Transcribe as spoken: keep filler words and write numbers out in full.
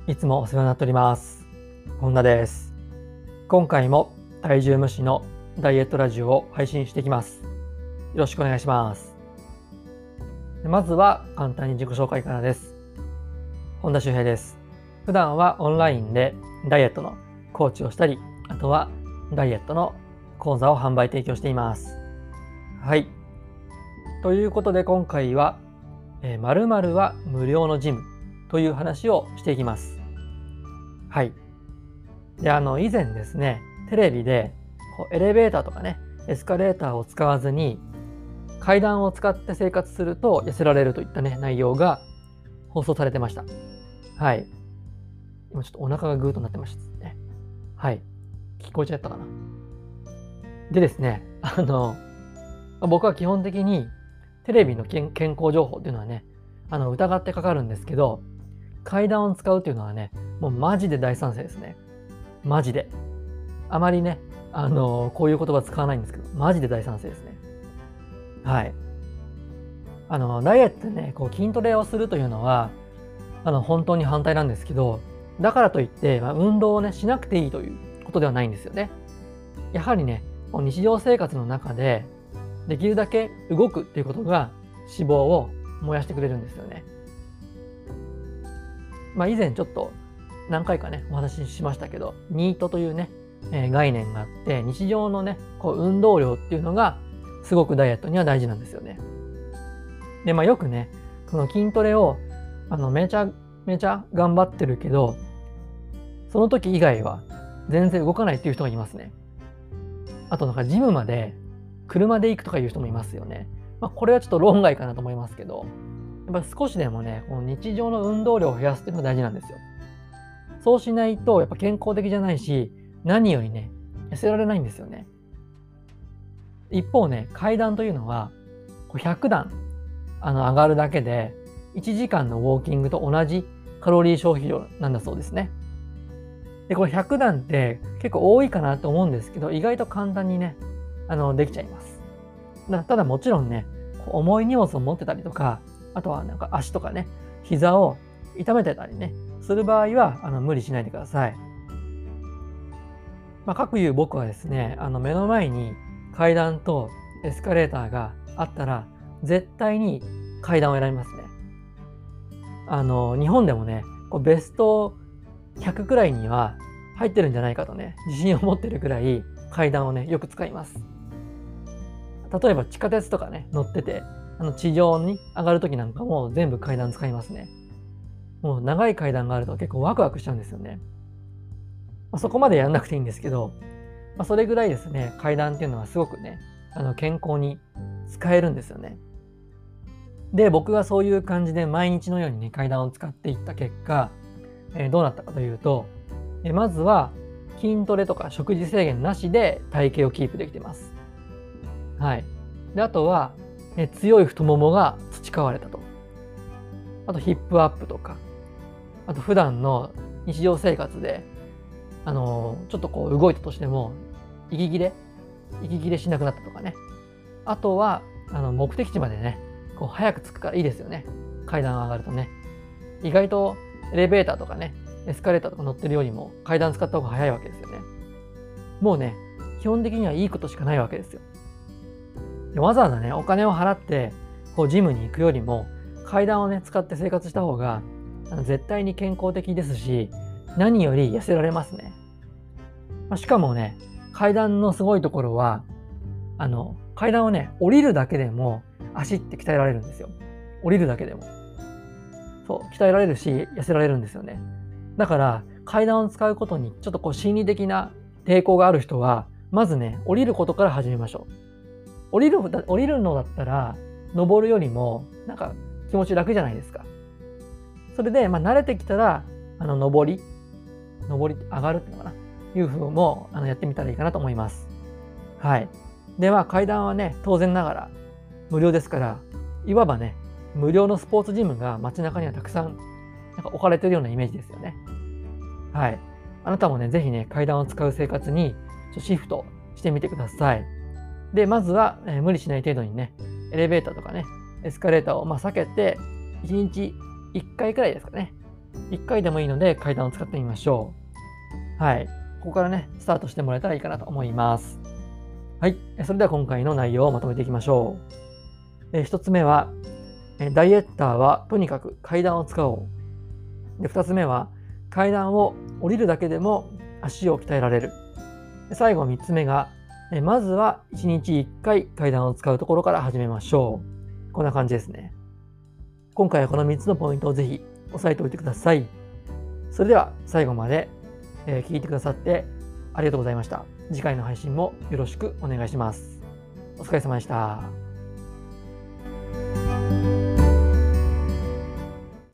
いつもお世話になっております。本田です。今回も体重無視のダイエットラジオを配信していきます。よろしくお願いします。まずは簡単に自己紹介からです。本田修平です。普段はオンラインでダイエットのコーチをしたり、あとはダイエットの講座を販売提供しています。はい。ということで今回は、えー、〇〇は無料のジムという話をしていきます。はい。で、あの、以前ですね、テレビでこうエレベーターとかね、エスカレーターを使わずに階段を使って生活すると痩せられるといったね、内容が放送されてました。はい。今ちょっとお腹がグーッとなってましたね。はい。聞こえちゃったかな。でですね、あの、僕は基本的にテレビの健康情報っていうのはね、あの疑ってかかるんですけど、階段を使うっていうのはね、もうマジで大賛成ですね。マジで。あまりね、あのこういう言葉使わないんですけど、マジで大賛成ですね。はい。あのダイエットでね、こう筋トレをするというのはあの本当に反対なんですけど、だからといって、まあ、運動をねしなくていいということではないんですよね。やはりね、日常生活の中でできるだけ動くっていうことが脂肪を燃やしてくれるんですよね。まあ以前ちょっと何回かねお話ししましたけど、ニートというね、えー、概念があって、日常のねこう運動量っていうのがすごくダイエットには大事なんですよね。で、まあよくねこの筋トレをあのめちゃめちゃ頑張ってるけど、その時以外は全然動かないっていう人がいますね。あとなんかジムまで車で行くとかいう人もいますよね。まあ、これはちょっと論外かなと思いますけど、やっぱ少しでもね、この日常の運動量を増やすっていうのが大事なんですよ。そうしないとやっぱ健康的じゃないし、何よりね、痩せられないんですよね。一方ね、階段というのはひゃくだんあの上がるだけでいちじかんのウォーキングと同じカロリー消費量なんだそうですね。で、これひゃくだんって結構多いかなと思うんですけど、意外と簡単にね、あのできちゃいます。だただもちろんね、重い荷物を持ってたりとか、あとはなんか足とかね、膝を痛めてたりね、する場合はあの無理しないでください。まあ、かくいう僕はですね、あの目の前に階段とエスカレーターがあったら、絶対に階段を選びますね。あの日本でもね、こうベストひゃくくらいには入ってるんじゃないかとね、自信を持ってるくらい階段をね、よく使います。例えば地下鉄とかね、乗ってて、あの地上に上がるときなんかも全部階段使いますね。もう長い階段があると結構ワクワクしちゃうんですよね。まあ、そこまでやんなくていいんですけど、まあ、それぐらいですね、階段っていうのはすごくね、あの健康に使えるんですよね。で、僕がそういう感じで毎日のようにね、階段を使っていった結果、えー、どうなったかというと、えー、まずは筋トレとか食事制限なしで体型をキープできてます。はい。で、あとは、ね、強い太ももが培われたと。あとヒップアップとか、あと普段の日常生活で、あのー、ちょっとこう動いたとしても、息切れ息切れしなくなったとかね。あとは、あの目的地までね、こう早く着くからいいですよね。階段上がるとね。意外とエレベーターとかね、エスカレーターとか乗ってるよりも階段使った方が早いわけですよね。もうね、基本的にはいいことしかないわけですよ。でわざわざね、お金を払ってこうジムに行くよりも階段をね使って生活した方があの絶対に健康的ですし、何より痩せられますね。まあ、しかもね、階段のすごいところは、あの階段をね降りるだけでも足って鍛えられるんですよ。降りるだけでもそう鍛えられるし痩せられるんですよね。だから階段を使うことにちょっとこう心理的な抵抗がある人は、まずね降りることから始めましょう。降りる降りるのだったら登るよりもなんか気持ち楽じゃないですか。それで、まあ、慣れてきたらあの登り登り上がるっていうのかないう風もあのやってみたらいいかなと思います。はい。では、まあ、階段はね当然ながら無料ですから、いわばね無料のスポーツジムが街中にはたくさんなんか置かれているようなイメージですよね。はい。あなたもねぜひね階段を使う生活にシフトしてみてください。で、まずは、えー、無理しない程度にね、エレベーターとかね、エスカレーターをまあ避けて、いちにちいっかいくらいですかね、 いっかいでもいいので階段を使ってみましょう。はい。ここからね、スタートしてもらえたらいいかなと思います。はい。それでは今回の内容をまとめていきましょう。えひとつめは、ダイエッターはとにかく階段を使おう。で、ふたつめは、階段を降りるだけでも足を鍛えられる。で最後みっつめが、えまずはいちにちいっかい階段を使うところから始めましょう。こんな感じですね。今回はこのみっつのポイントをぜひ押さえておいてください。それでは最後まで聞いてくださってありがとうございました。次回の配信もよろしくお願いします。お疲れ様でした。